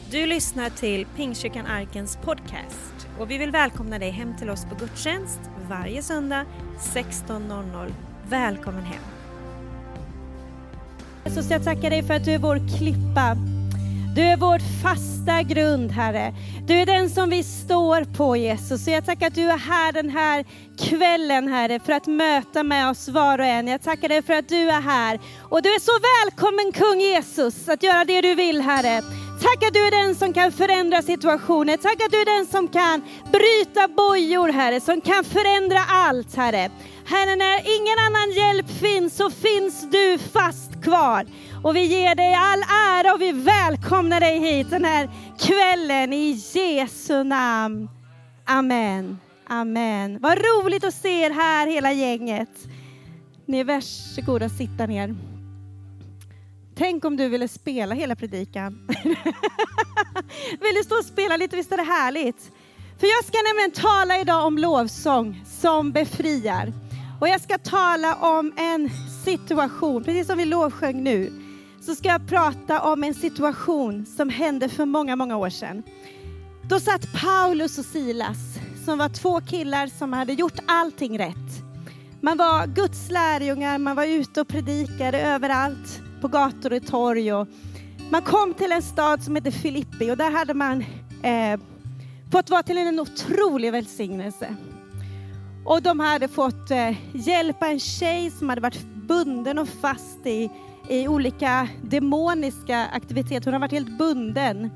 Du lyssnar till Pingstkyrkan Arkens podcast och vi vill välkomna dig hem till oss på gudstjänst varje söndag 16:00. Välkommen hem. Jesus, jag tackar dig för att du är vår klippa. Du är vår fasta grund, Herre. Du är den som vi står på, Jesus. Så jag tackar att du är här den här kvällen, Herre, för att möta med oss var och en. Jag tackar dig för att du är här. Och du är så välkommen, kung Jesus, att göra det du vill, Herre. Tack att du är den som kan förändra situationer. Tack att du är den som kan bryta bojor, Herre. Som kan förändra allt, Herre. Herre, när ingen annan hjälp finns så finns du fast kvar. Och vi ger dig all ära och vi välkomnar dig hit den här kvällen i Jesu namn. Amen. Amen. Vad roligt att se er här, hela gänget. Ni är varsågoda att sitta ner. Tänk om du ville spela hela predikan. Vill du stå och spela lite? Visst är det härligt? För jag ska nämligen tala idag om lovsång som befriar. Och jag ska tala om en situation, precis som vi lovsjöng nu. Så ska jag prata om en situation som hände för många, många år sedan. Då satt Paulus och Silas, som var två killar som hade gjort allting rätt. Man var Guds lärjungar, man var ute och predikade överallt, på gator och torg. Och man kom till en stad som heter Filippi och där hade man fått vara till en otrolig välsignelse. Och de hade fått hjälpa en tjej som hade varit bunden och fast i olika demoniska aktiviteter. Hon har varit helt bunden.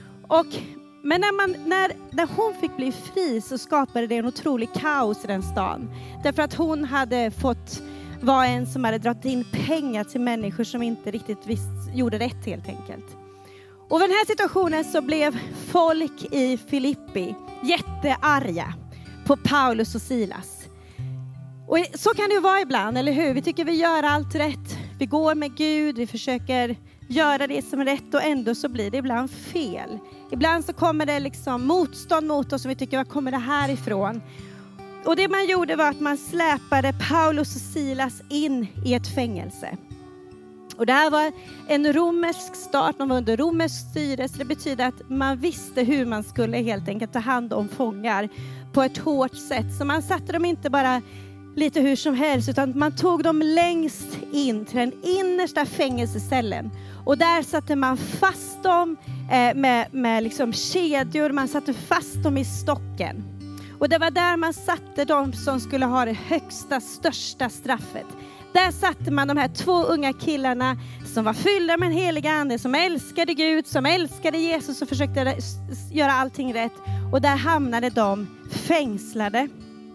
Men när hon fick bli fri så skapade det en otrolig kaos i den stan. Därför att hon hade fått vara en som hade dragit in pengar till människor som inte riktigt gjorde rätt, helt enkelt. Och i den här situationen så blev folk i Filippi jättearga på Paulus och Silas. Och så kan det ju vara ibland, eller hur? Vi tycker vi gör allt rätt. Vi går med Gud, vi försöker göra det som är rätt och ändå så blir det ibland fel. Ibland så kommer det liksom motstånd mot oss och vi tycker, var kommer det här ifrån? Och det man gjorde var att man släpade Paulus och Silas in i ett fängelse. Och det här var en romersk stat, man var under romersk styre. Så det betyder att man visste hur man skulle helt enkelt ta hand om fångar på ett hårt sätt. Så man satte dem inte bara lite hur som helst, utan man tog dem längst in till den innersta fängelsecellen. Och där satte man fast dem med liksom kedjor, man satte fast dem i stocken. Och det var där man satte dem som skulle ha det högsta, största straffet. Där satte man de här två unga killarna som var fyllda med en helig ande, som älskade Gud, som älskade Jesus och försökte göra allting rätt. Och där hamnade de fängslade.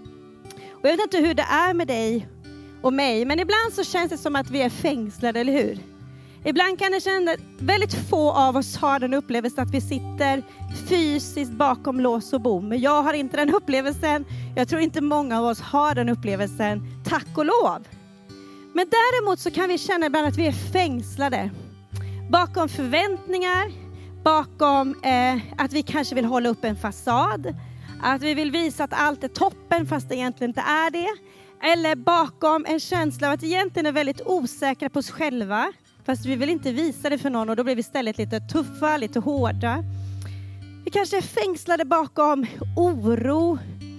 Och jag vet inte hur det är med dig och mig, men ibland så känns det som att vi är fängslade, eller hur? Ibland kan det kännas, väldigt få av oss har den upplevelsen att vi sitter fysiskt bakom lås och bom. Men jag har inte den upplevelsen. Jag tror inte många av oss har den upplevelsen, tack och lov. Men däremot så kan vi känna ibland att vi är fängslade. Bakom förväntningar, bakom att vi kanske vill hålla upp en fasad. Att vi vill visa att allt är toppen fast det egentligen inte är det. Eller bakom en känsla av att egentligen är väldigt osäkra på oss själva. Fast vi vill inte visa det för någon och då blir vi istället lite tuffa, lite hårda. Vi kanske är fängslade bakom oro,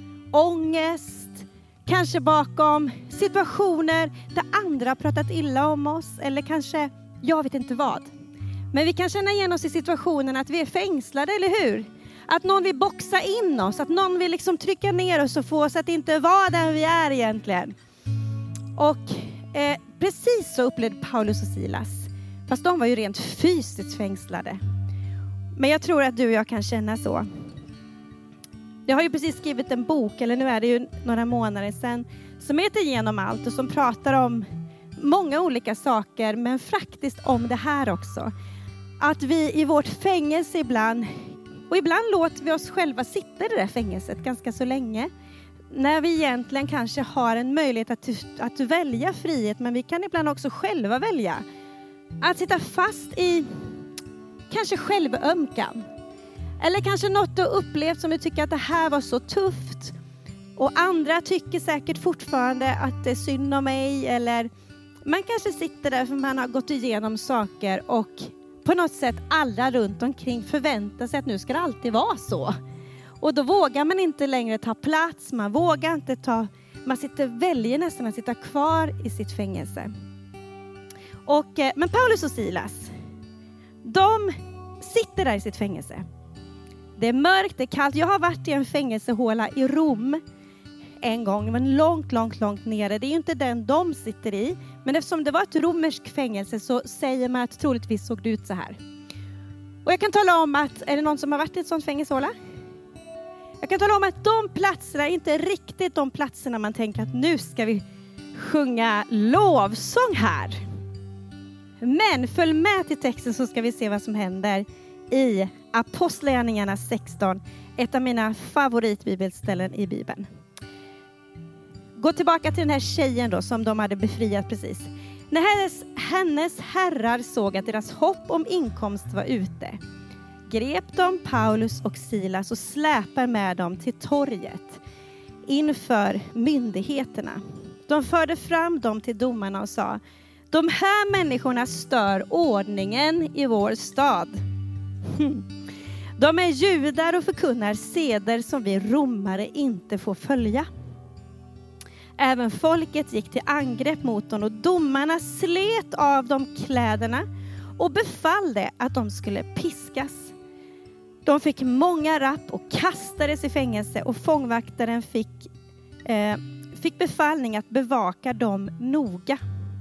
ångest. Kanske bakom situationer där andra har pratat illa om oss. Eller kanske, jag vet inte vad. Men vi kan känna igen oss i situationen att vi är fängslade, eller hur? Att någon vill boxa in oss. Att någon vill liksom trycka ner oss och få oss att inte vara där vi är egentligen. Och precis så upplevde Paulus och Silas. Fast de var ju rent fysiskt fängslade. Men jag tror att du och jag kan känna så. Jag har ju precis skrivit en bok, eller nu är det ju några månader sedan, som heter Genom allt och som pratar om många olika saker, men faktiskt om det här också. Att vi i vårt fängelse ibland låter vi oss själva sitta i det där fängelset ganska så länge. När vi egentligen kanske har en möjlighet att välja frihet, men vi kan ibland också själva välja. Att sitta fast i kanske självömkan. Eller kanske något du upplevt som du tycker att det här var så tufft. Och andra tycker säkert fortfarande att det är synd om mig. Eller man kanske sitter där för man har gått igenom saker och på något sätt alla runt omkring förväntar sig att nu ska det alltid vara så. Och då vågar man inte längre ta plats, man vågar inte väljer nästan att sitta kvar i sitt fängelse. Men Paulus och Silas, de sitter där i sitt fängelse. Det är mörkt, det är kallt. Jag har varit i en fängelsehåla i Rom en gång, men långt nere. Det är ju inte den de sitter i. Men eftersom det var ett romersk fängelse så säger man att troligtvis såg det ut så här. Och jag kan tala om att, är det någon som har varit i ett sånt fängelsehåla? Jag kan tala om att de platserna är inte riktigt de platserna man tänker att nu ska vi sjunga lovsång här. Men följ med till texten så ska vi se vad som händer i Apostlagärningarna 16. Ett av mina favoritbibelställen i Bibeln. Gå tillbaka till den här tjejen då som de hade befriat precis. När hennes herrar såg att deras hopp om inkomst var ute, grep de Paulus och Silas och släpar med dem till torget inför myndigheterna. De förde fram dem till domarna och sa: de här människorna stör ordningen i vår stad. De är judar och förkunnar seder som vi romare inte får följa. Även folket gick till angrepp mot dem och domarna slet av dem kläderna och befallde att de skulle piskas. De fick många rapp och kastades i fängelse och fångvaktaren fick befallning att bevaka dem noga.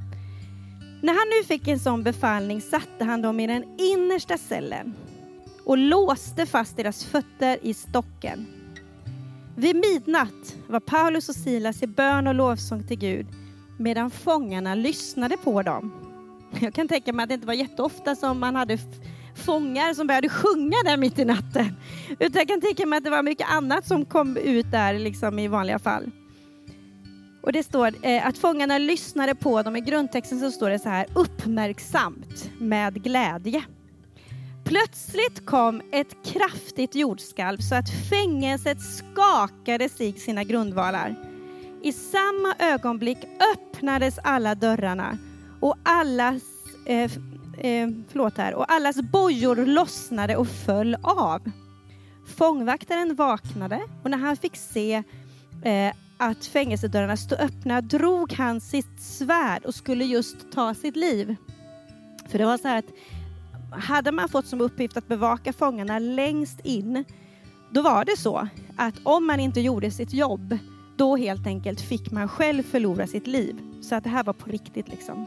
När han nu fick en sån befallning satte han dem i den innersta cellen och låste fast deras fötter i stocken. Vid midnatt var Paulus och Silas i bön och lovsång till Gud medan fångarna lyssnade på dem. Jag kan tänka mig att det inte var jätteofta som man hade fångar som började sjunga där mitt i natten. Utan jag kan tänka mig att det var mycket annat som kom ut där liksom i vanliga fall. Och det står att fångarna lyssnade på dem. I grundtexten så står det så här: uppmärksamt med glädje. Plötsligt kom ett kraftigt jordskalv så att fängelset skakades i sina grundvalar. I samma ögonblick öppnades alla dörrarna och allas bojor lossnade och föll av. Fångvaktaren vaknade och när han fick se att fängelsedörrarna stod öppna drog han sitt svärd och skulle just ta sitt liv. För det var så här att hade man fått som uppgift att bevaka fångarna längst in, då var det så att om man inte gjorde sitt jobb, då helt enkelt fick man själv förlora sitt liv. Så att det här var på riktigt liksom.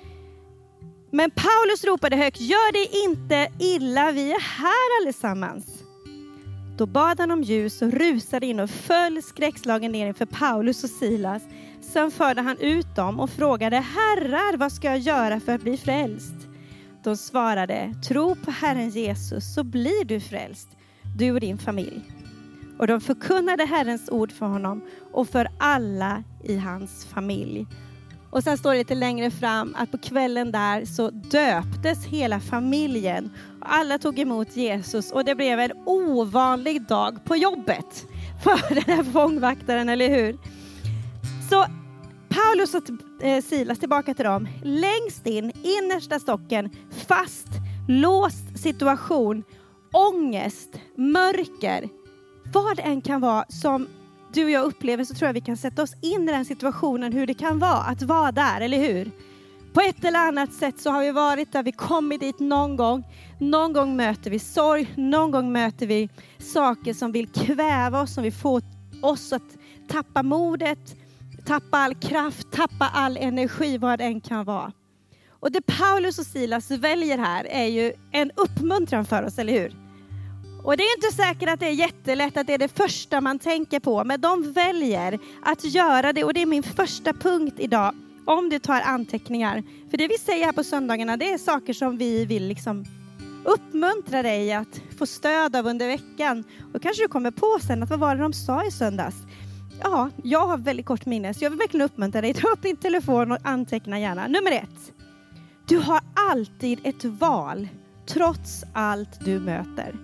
Men Paulus ropade högt: gör det inte illa, vi är här allesammans. Då bad han om ljus och rusade in och föll skräckslagen ner inför Paulus och Silas. Sen förde han ut dem och frågade: herrar, vad ska jag göra för att bli frälst? De svarade: tro på Herren Jesus så blir du frälst, du och din familj. Och de förkunnade Herrens ord för honom och för alla i hans familj. Och sen står det lite längre fram att på kvällen där så döptes hela familjen. Och alla tog emot Jesus och det blev en ovanlig dag på jobbet för den här fångvaktaren, eller hur? Så Paulus och Silas, tillbaka till dem, längst in, innersta stocken, fast, låst situation, ångest, mörker, vad det än kan vara som du och jag upplever, så tror jag vi kan sätta oss in i den situationen, hur det kan vara att vara där, eller hur? På ett eller annat sätt så har vi varit där, vi kommit dit någon gång möter vi sorg, någon gång möter vi saker som vill kväva oss, som vill få oss att tappa modet, tappa all kraft, tappa all energi, vad det än kan vara. Och det Paulus och Silas väljer här är ju en uppmuntran för oss, eller hur? Och det är inte säkert att det är jättelätt, att det är det första man tänker på. Men de väljer att göra det, och det är min första punkt idag. Om du tar anteckningar. För det vi säger här på söndagarna, det är saker som vi vill liksom uppmuntra dig att få stöd av under veckan. Och kanske du kommer på sen att vad var det de sa i söndags? Ja, jag har väldigt kort minne, så jag vill verkligen uppmuntra dig. Ta upp din telefon och anteckna gärna. Nummer 1. Du har alltid ett val, trots allt du möter.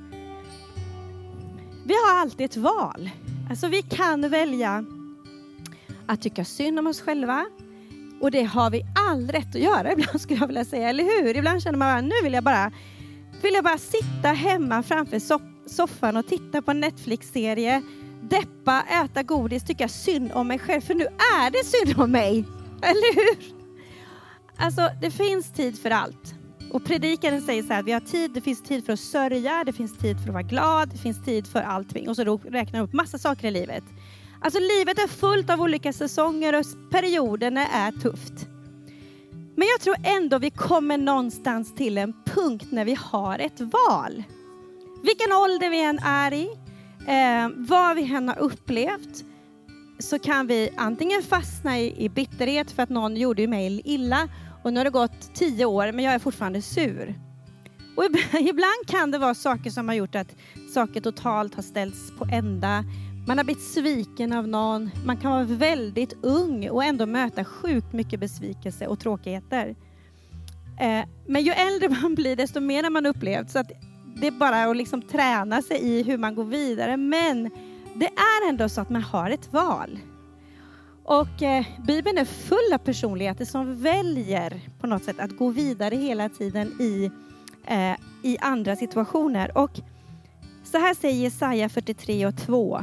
Vi har alltid ett val. Alltså vi kan välja att tycka synd om oss själva. Och det har vi all rätt att göra ibland, skulle jag vilja säga. Eller hur? Ibland känner man att nu vill jag bara vill jag bara sitta hemma framför soffan och titta på en Netflix-serie, deppa, äta godis, tycka synd om mig själv. För nu är det synd om mig. Eller hur? Alltså, det finns tid för allt. Och predikaren säger så här, vi har tid, det finns tid för att sörja, det finns tid för att vara glad, det finns tid för allting. Och så då räknar upp massa saker i livet. Alltså livet är fullt av olika säsonger och perioderna är tufft. Men jag tror ändå vi kommer någonstans till en punkt när vi har ett val. Vilken ålder vi än är i, vad vi än har upplevt, så kan vi antingen fastna i bitterhet för att någon gjorde mig illa. Och nu har det gått 10 år men jag är fortfarande sur. Och ibland kan det vara saker som har gjort att saker totalt har ställts på ända. Man har blivit sviken av någon. Man kan vara väldigt ung och ändå möta sjukt mycket besvikelse och tråkigheter. Men ju äldre man blir desto mer har man upplevt. Så att det är bara att liksom träna sig i hur man går vidare. Men det är ändå så att man har ett val. Och Bibeln är full av personligheter som väljer på något sätt att gå vidare hela tiden i andra situationer. Och så här säger Jesaja 43:2.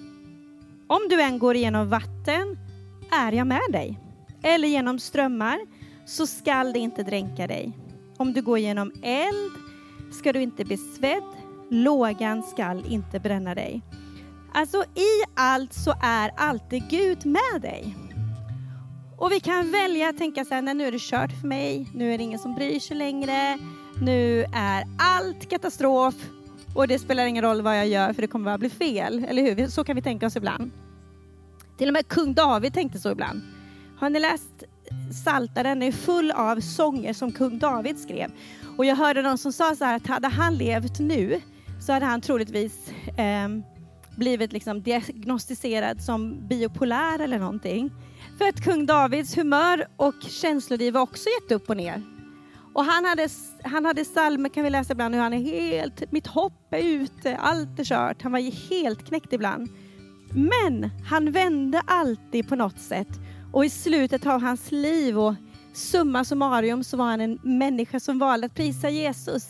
Om du än går igenom vatten är jag med dig. Eller genom strömmar så skall det inte dränka dig. Om du går genom eld ska du inte bli svedd. Lågan skall inte bränna dig. Alltså i allt så är alltid Gud med dig. Och vi kan välja att tänka så här, nej, nu är det kört för mig. Nu är det ingen som bryr sig längre. Nu är allt katastrof. Och det spelar ingen roll vad jag gör för det kommer bara bli fel. Eller hur? Så kan vi tänka oss ibland. Till och med kung David tänkte så ibland. Har ni läst Psaltaren? Den är full av sånger som kung David skrev. Och jag hörde någon som sa så här att hade han levt nu så hade han troligtvis blivit liksom diagnostiserad som bipolär eller någonting. För att kung Davids humör och känsloliv var också gett upp och ner. Och han hade psalmer, kan vi läsa ibland, hur han är helt, mitt hopp är ute, allt är kört. Han var ju helt knäckt ibland. Men han vände alltid på något sätt. Och i slutet av hans liv och summa summarum så var han en människa som valde att prisa Jesus.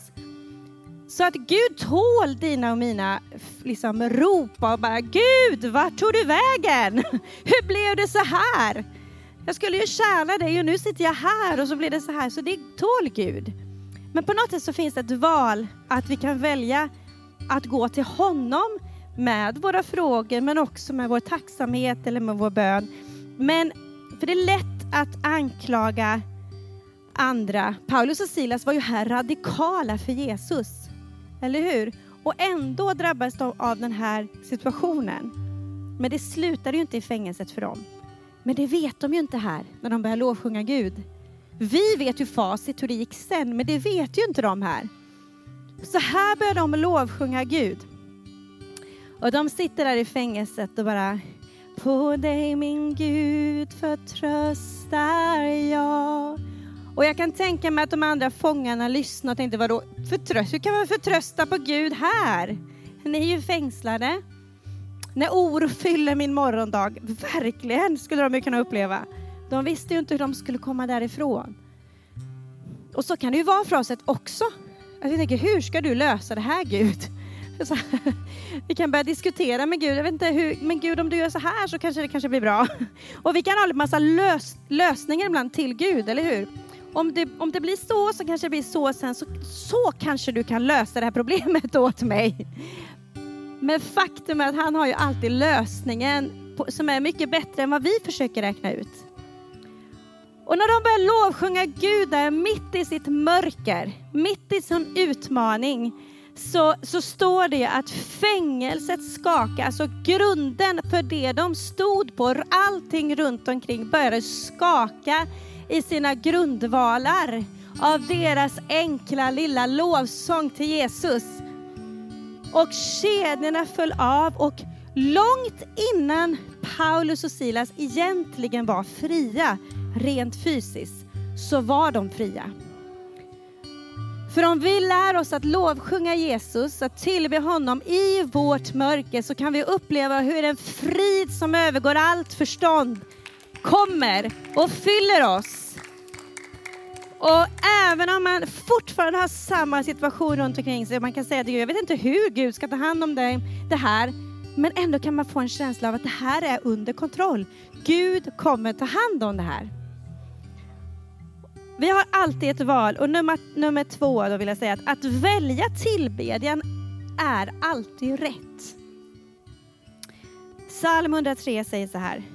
Så att Gud tål dina och mina liksom ropa och bara, Gud, vart tog du vägen? Hur blev det så här? Jag skulle ju tjäna dig och nu sitter jag här och så blir det så här. Så det tål Gud. Men på något sätt så finns det ett val att vi kan välja att gå till honom med våra frågor men också med vår tacksamhet eller med vår bön. Men för det är lätt att anklaga andra. Paulus och Silas var ju här radikala för Jesus. Eller hur? Och ändå drabbas de av den här situationen. Men det slutade ju inte i fängelset för dem. Men det vet de ju inte här när de börjar lovsjunga Gud. Vi vet ju facit hur det gick sen, men det vet ju inte de här. Så här börjar de lovsjunga Gud. Och de sitter där i fängelset och bara, på dig min Gud förtröstar jag. Och jag kan tänka mig att de andra fångarna lyssnade och tänkte, vadå hur kan man förtrösta på Gud här? Ni är ju fängslade. När oro fyller min morgondag, verkligen skulle de ju kunna uppleva. De visste ju inte hur de skulle komma därifrån. Och så kan det ju vara för oss också. Jag tänker, hur ska du lösa det här, Gud? Så, vi kan börja diskutera med Gud. Jag vet inte hur, men Gud, om du gör så här så kanske det kanske blir bra. Och vi kan ha en massa lösningar ibland till Gud, eller hur? Om det blir så kanske det blir så sen. Så kanske du kan lösa det här problemet åt mig. Men faktum är att han har ju alltid lösningen som är mycket bättre än vad vi försöker räkna ut. Och när de börjar lovsjunga Gud där mitt i sitt mörker, mitt i sin utmaning, så står det att fängelset skakar. Alltså grunden för det de stod på, allting runt omkring började skaka i sina grundvalar av deras enkla lilla lovsång till Jesus. Och kedjorna föll av, och långt innan Paulus och Silas egentligen var fria, rent fysiskt, så var de fria. För om vi lär oss att lovsjunga Jesus, att tillbe honom i vårt mörker, så kan vi uppleva hur en frid som övergår allt förstånd kommer och fyller oss. Och även om man fortfarande har samma situation runt omkring sig, man kan säga att jag vet inte hur Gud ska ta hand om det här, men ändå kan man få en känsla av att det här är under kontroll. Gud kommer ta hand om det här. Vi har alltid ett val, och nummer 2 då vill jag säga att välja tillbedjan är alltid rätt. Psalm 103 säger så här.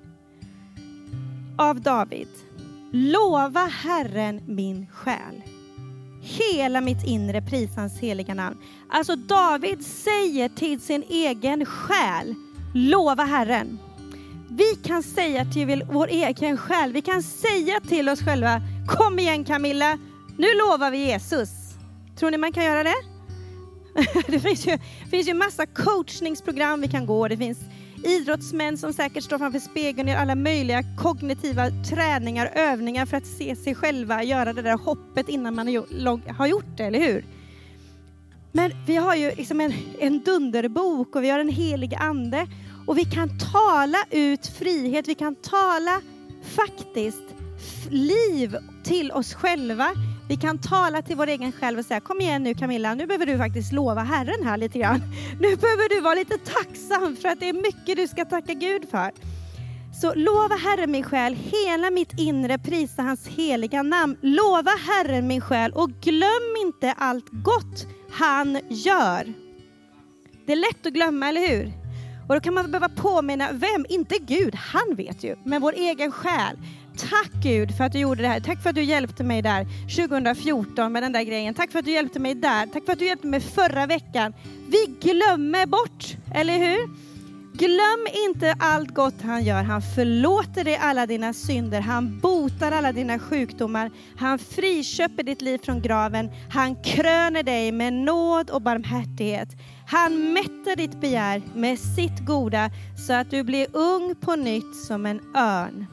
Av David. Lova Herren min själ. Hela mitt inre pris hans heliga namn. Alltså David säger till sin egen själ. Lova Herren. Vi kan säga till vår egen själ. Vi kan säga till oss själva. Kom igen Camilla. Nu lovar vi Jesus. Tror ni man kan göra det? Det finns ju massa coachningsprogram vi kan gå. Det finns idrottsmän som säkert står framför spegeln och gör alla möjliga kognitiva träningar, övningar för att se sig själva göra det där hoppet innan man har gjort det, eller hur? Men vi har ju liksom en dunderbok och vi har en helig ande och vi kan tala ut frihet, vi kan tala faktiskt liv till oss själva. Vi kan tala till vår egen själv och säga, kom igen nu Camilla, nu behöver du faktiskt lova Herren här lite grann. Nu behöver du vara lite tacksam för att det är mycket du ska tacka Gud för. Så lova Herren min själ, hela mitt inre prisa hans heliga namn. Lova Herren min själ och glöm inte allt gott han gör. Det är lätt att glömma, eller hur? Och då kan man behöva påminna, vem? Inte Gud, han vet ju, men vår egen själ. Tack Gud för att du gjorde det här. Tack för att du hjälpte mig där 2014 med den där grejen. Tack för att du hjälpte mig där. Tack för att du hjälpte mig förra veckan. Vi glömmer bort, eller hur? Glöm inte allt gott han gör. Han förlåter dig alla dina synder. Han botar alla dina sjukdomar. Han friköper ditt liv från graven. Han kröner dig med nåd och barmhärtighet. Han mättar ditt begär med sitt goda så att du blir ung på nytt som en örn.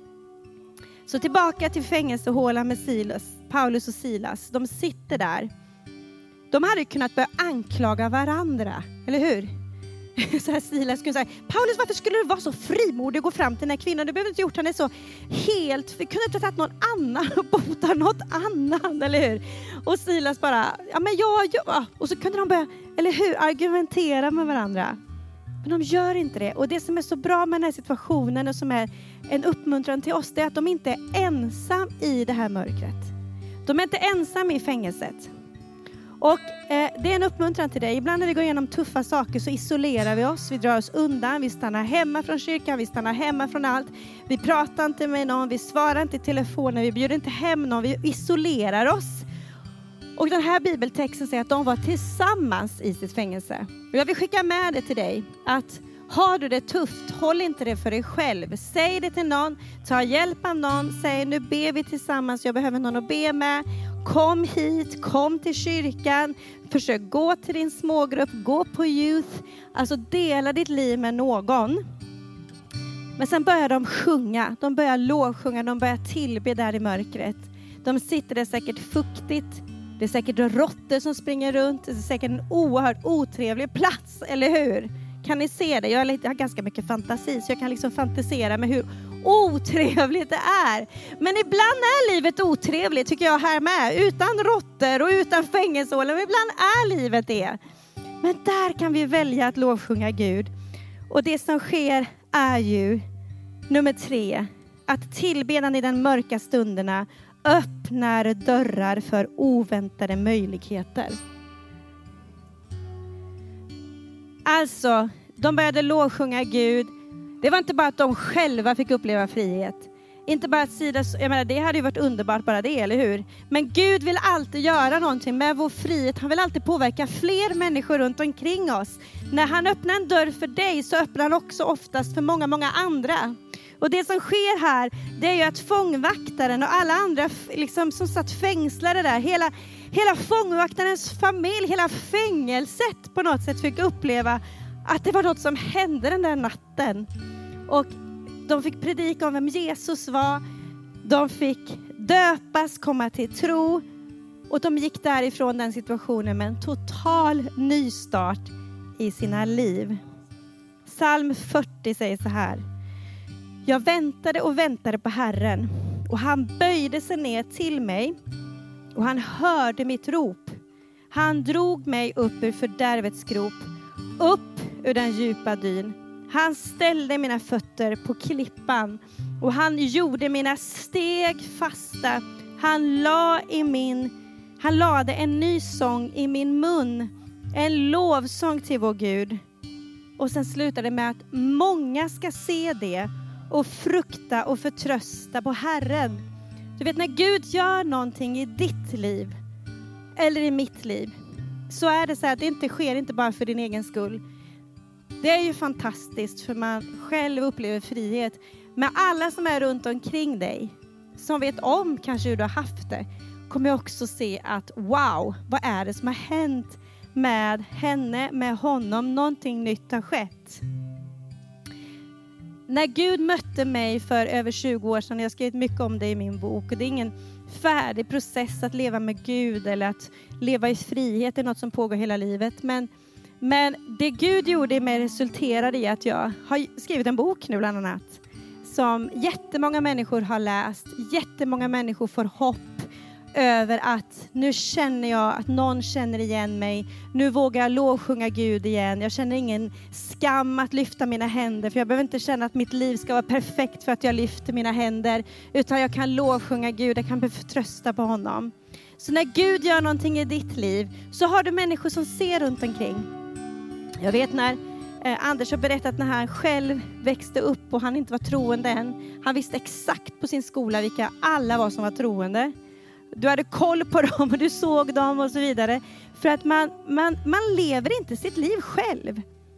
Så tillbaka till fängelsehålan med Paulus och Silas. De sitter där. De hade kunnat börja anklaga varandra, eller hur? Så här Silas skulle säga, Paulus, varför skulle du vara så frimodig och gå fram till den här kvinnan? Du behöver inte gjort henne så helt. Vi kunde inte ha tagit någon annan och botat något annan, eller hur? Och Silas bara, ja men jag. Och så kunde de börja, eller hur, argumentera med varandra. Men de gör inte det. Och det som är så bra med den här situationen och som är en uppmuntran till oss, det är att de inte är ensam i det här mörkret. De är inte ensam i fängelset. Och det är en uppmuntran till dig. Ibland när vi går igenom tuffa saker så isolerar vi oss. Vi drar oss undan. Vi stannar hemma från kyrkan. Vi stannar hemma från allt. Vi pratar inte med någon. Vi svarar inte i telefonen. Vi bjuder inte hem någon. Vi isolerar oss. Och den här bibeltexten säger att de var tillsammans i sitt fängelse. Och jag vill skicka med det till dig. Att har du det tufft, håll inte det för dig själv. Säg det till någon. Ta hjälp av någon. Säg, nu ber vi tillsammans. Jag behöver någon att be med. Kom hit, kom till kyrkan. Försök gå till din smågrupp. Gå på youth. Alltså dela ditt liv med någon. Men sen börjar de sjunga. De börjar lovsjunga. De börjar tillbe där i mörkret. De sitter där säkert fuktigt. Det är säkert råttor som springer runt. Det är säkert en oerhört otrevlig plats, eller hur? Kan ni se det? Jag har ganska mycket fantasi, så jag kan liksom fantisera med hur otrevligt det är. Men ibland är livet otrevligt, tycker jag här med. Utan råttor och utan fängelsehålor. Men ibland är livet det. Men där kan vi välja att lovsjunga Gud. Och det som sker är ju nummer 3. Att tillbedjan i den mörka stunderna öppnar dörrar för oväntade möjligheter. Alltså, de började lovsjunga Gud. Det var inte bara att de själva fick uppleva frihet. Inte bara att Silas, jag menar, det hade ju varit underbart bara det, eller hur? Men Gud vill alltid göra någonting med vår frihet. Han vill alltid påverka fler människor runt omkring oss. När han öppnar en dörr för dig så öppnar han också oftast för många, många andra. Och det som sker här, det är ju att fångvaktaren och alla andra liksom, som satt fängslade där, hela fångvaktarens familj, hela fängelset på något sätt fick uppleva att det var något som hände den där natten. Och de fick predika om vem Jesus var. De fick döpas, komma till tro. Och de gick därifrån den situationen med en total nystart i sina liv. Psalm 40 säger så här. Jag väntade och väntade på Herren. Och han böjde sig ner till mig och han hörde mitt rop. Han drog mig upp ur fördärvets grop, upp ur den djupa dyn. Han ställde mina fötter på klippan och han gjorde mina steg fasta. Han lade en ny sång i min mun, en lovsång till vår Gud. Och sen slutade det med att många ska se det och frukta och förtrösta på Herren. Du vet, när Gud gör någonting i ditt liv eller i mitt liv, så är det så att det inte sker inte bara för din egen skull. Det är ju fantastiskt för man själv upplever frihet. Men alla som är runt omkring dig, som vet om kanske hur du har haft det, kommer också se att wow, vad är det som har hänt med henne, med honom? Någonting nytt har skett. När Gud mötte mig för över 20 år sedan, jag har skrivit mycket om det i min bok, och det är ingen färdig process att leva med Gud eller att leva i frihet, är något som pågår hela livet. Men det Gud gjorde i mig resulterade i att jag har skrivit en bok nu bland annat, som jättemånga människor har läst. Jättemånga människor får hopp över att nu känner jag att någon känner igen mig. Nu vågar jag lovsjunga Gud igen. Jag känner ingen skam att lyfta mina händer. För jag behöver inte känna att mitt liv ska vara perfekt för att jag lyfter mina händer. Utan jag kan lovsjunga Gud. Jag kan förtrösta på honom. Så när Gud gör någonting i ditt liv, så har du människor som ser runt omkring. Jag vet när Anders har berättat när han själv växte upp och han inte var troende än. Han visste exakt på sin skola vilka alla var som var troende. Du hade koll på dem och du såg dem och så vidare. För att man lever inte sitt liv själv.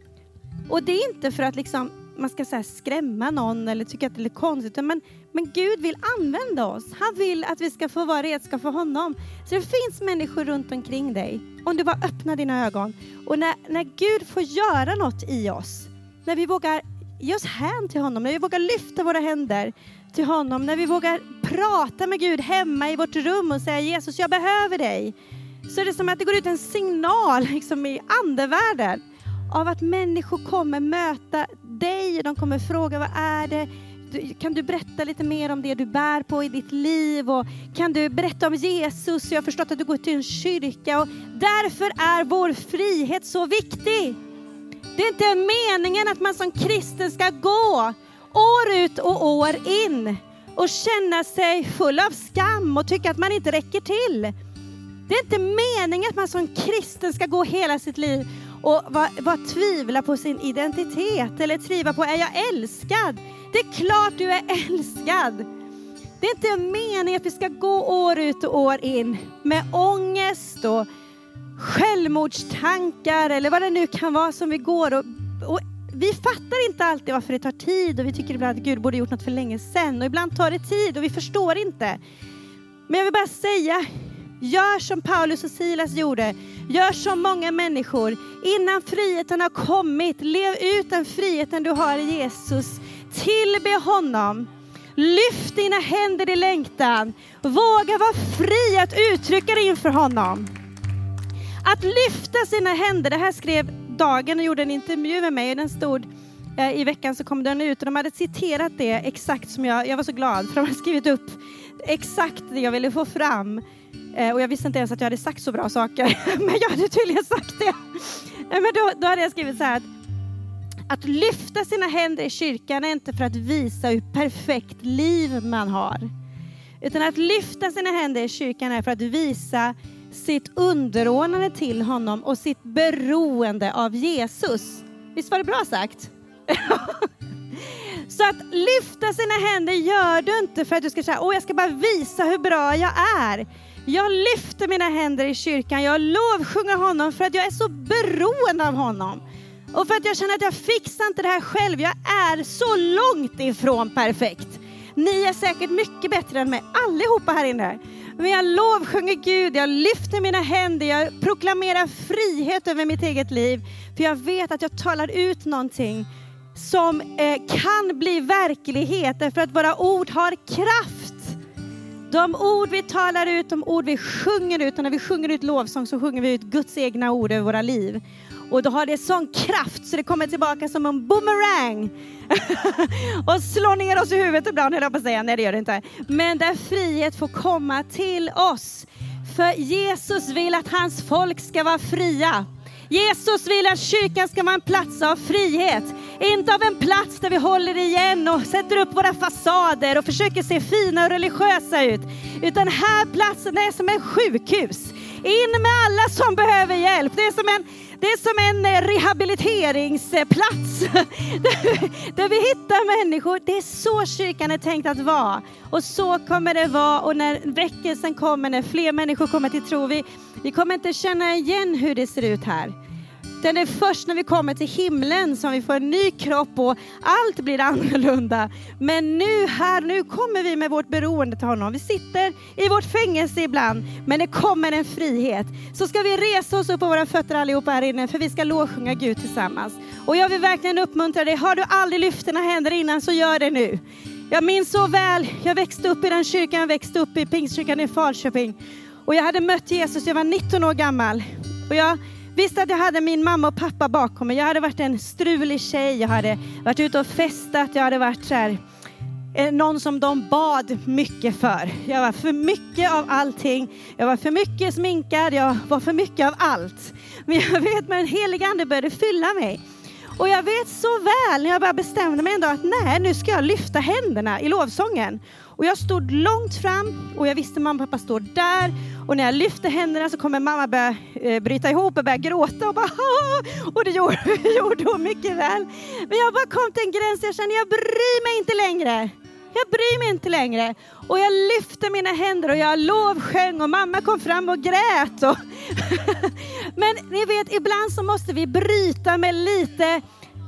Och det är inte för att liksom, man ska så här skrämma någon eller tycka att det är konstigt. Men Gud vill använda oss. Han vill att vi ska få vara redskap för honom. Så det finns människor runt omkring dig. Om du bara öppnar dina ögon. Och när Gud får göra något i oss. När vi vågar ge oss hän till honom. När vi vågar lyfta våra händer till honom. När vi vågar prata med Gud hemma i vårt rum och säga: Jesus, jag behöver dig. Så är det som att det går ut en signal liksom i andevärlden. Av att människor kommer möta dig. De kommer fråga: vad är det? Kan du berätta lite mer om det du bär på i ditt liv? Och kan du berätta om Jesus? Jag har förstått att du går till en kyrka. Och därför är vår frihet så viktig. Det är inte meningen att man som kristen ska gå år ut och år in och känna sig full av skam och tycka att man inte räcker till. Det är inte meningen att man som kristen ska gå hela sitt liv och tvivla på sin identitet eller tvivla på: är jag älskad? Det är klart du är älskad. Det är inte meningen att vi ska gå år ut och år in med ångest och självmordstankar eller vad det nu kan vara som vi går och vi fattar inte alltid varför det tar tid, och vi tycker ibland att Gud borde gjort något för länge sedan, och ibland tar det tid och vi förstår inte. Men jag vill bara säga: gör som Paulus och Silas gjorde. Gör som många människor. Innan friheten har kommit, lev ut den friheten du har i Jesus. Tillbe honom. Lyft dina händer i längtan. Våga vara fri att uttrycka dig inför honom. Att lyfta sina händer. Det här skrev Dagen och gjorde en intervju med mig. Den stod i veckan, så kom den ut. Och de hade citerat det exakt som jag var så glad. För de hade skrivit upp exakt det jag ville få fram. Och jag visste inte ens att jag hade sagt så bra saker. Men jag hade tydligen sagt det. Men då hade jag skrivit så här: att lyfta sina händer i kyrkan är inte för att visa hur perfekt liv man har. Utan att lyfta sina händer i kyrkan är för att visa sitt underordnande till honom och sitt beroende av Jesus. Visst var det bra sagt? Så att lyfta sina händer gör du inte för att du ska säga: jag ska bara visa hur bra jag är. Jag lyfter mina händer i kyrkan. Jag lovsjunger honom för att jag är så beroende av honom. Och för att jag känner att jag fixar inte det här själv. Jag är så långt ifrån perfekt. Ni är säkert mycket bättre än mig. Allihopa här inne. Men jag lovsjunger Gud. Jag lyfter mina händer. Jag proklamerar frihet över mitt eget liv. För jag vet att jag talar ut någonting som kan bli verklighet. Därför att våra ord har kraft. De ord vi talar ut, de ord vi sjunger ut. Och när vi sjunger ut lovsång så sjunger vi ut Guds egna ord över våra liv. Och då har det sån kraft så det kommer tillbaka som en boomerang. Och slår ner oss i huvudet ibland, höll jag på att säga. Nej, det gör det inte. Men där frihet får komma till oss. För Jesus vill att hans folk ska vara fria. Jesus vill att kyrkan ska vara en plats av frihet. Inte av en plats där vi håller igen och sätter upp våra fasader och försöker se fina och religiösa ut. Utan här platsen är som en sjukhus. In med alla som behöver hjälp. Det är som en rehabiliteringsplats. där vi hittar människor. Det är så kyrkan är tänkt att vara. Och så kommer det vara. Och när väckelsen kommer, när fler människor kommer till tro. Vi kommer inte känna igen hur det ser ut här. Det är först när vi kommer till himlen som vi får en ny kropp och allt blir annorlunda. Men nu kommer vi med vårt beroende till honom. Vi sitter i vårt fängelse ibland, men det kommer en frihet. Så ska vi resa oss upp på våra fötter allihopa här inne, för vi ska lovsjunga Gud tillsammans. Och jag vill verkligen uppmuntra dig. Har du aldrig lyft dina händer innan, så gör det nu. Jag minns så väl, jag växte upp i den kyrkan, jag växte upp i Pingstkyrkan i Falköping. Och jag hade mött Jesus, jag var 19 år gammal. Och jag visste att jag hade min mamma och pappa bakom mig. Jag hade varit en strulig tjej. Jag hade varit ute och festat. Jag hade varit så här, någon som de bad mycket för. Jag var för mycket av allting. Jag var för mycket sminkad. Jag var för mycket av allt. Men jag vet, men en helig ande började fylla mig. Och jag vet så väl när jag bara bestämde mig en dag att nej, nu ska jag lyfta händerna i lovsången. Och jag stod långt fram och jag visste att mamma och pappa står där. Och när jag lyfte händerna så kommer mamma börja bryta ihop och börja gråta. Och bara, och det gjorde hon mycket väl. Men jag bara kom till en gräns. Jag kände, jag bryr mig inte längre. Jag bryr mig inte längre. Och jag lyfte mina händer och jag lovsjöng. Och mamma kom fram och grät. Men ni vet, ibland så måste vi bryta med lite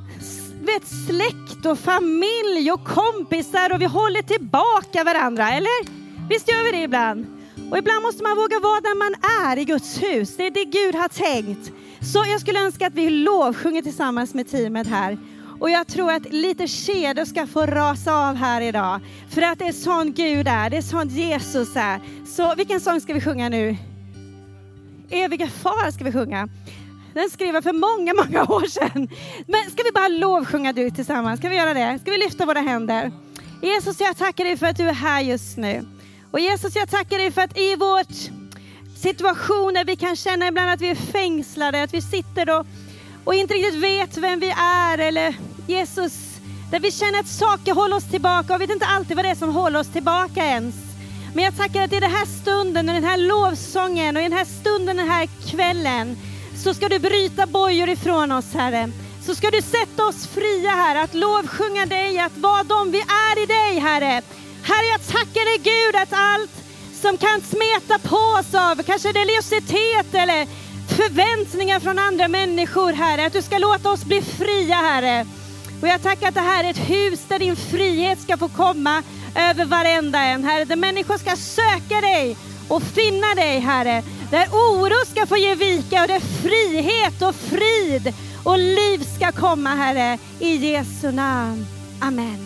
släkt och familj och kompisar. Och vi håller tillbaka varandra, eller? Visst gör vi det ibland? Och ibland måste man våga vara där man är i Guds hus. Det är det Gud har tänkt. Så jag skulle önska att vi lovsjunger tillsammans med teamet här. Och jag tror att lite kedjor ska få rasa av här idag. För att det är sån Gud är. Det är sån Jesus är. Så vilken sång ska vi sjunga nu? Eviga far ska vi sjunga. Den skrev jag för många, många år sedan. Men ska vi bara lovsjunga du tillsammans? Ska vi göra det? Ska vi lyfta våra händer? Jesus, jag tackar dig för att du är här just nu. Och Jesus, jag tackar dig för att i vårt situationer vi kan känna ibland att vi är fängslade. Att vi sitter och inte riktigt vet vem vi är. Eller Jesus, där vi känner att saker håller oss tillbaka. Och vet inte alltid vad det är som håller oss tillbaka ens. Men jag tackar att i den här stunden och den här lovsången och i den här stunden, den här kvällen, så ska du bryta bojor ifrån oss, Herre. Så ska du sätta oss fria, Herre, att lovsjunga dig, att vara de vi är i dig, Herre. Herre, jag tackar dig, Gud, att allt som kan smeta på oss av kanske religiositet eller förväntningar från andra människor, Herre, att du ska låta oss bli fria, Herre. Och jag tackar att det här är ett hus där din frihet ska få komma över varenda en, Herre. Där människor ska söka dig och finna dig, Herre. Där oro ska få ge vika och där frihet och frid och liv ska komma, Herre. I Jesu namn. Amen.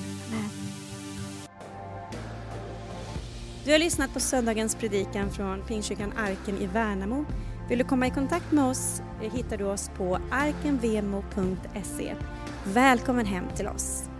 Du har lyssnat på söndagens predikan från Pingstkyrkan Arken i Värnamo. Vill du komma i kontakt med oss hittar du oss på arkenvemo.se. Välkommen hem till oss.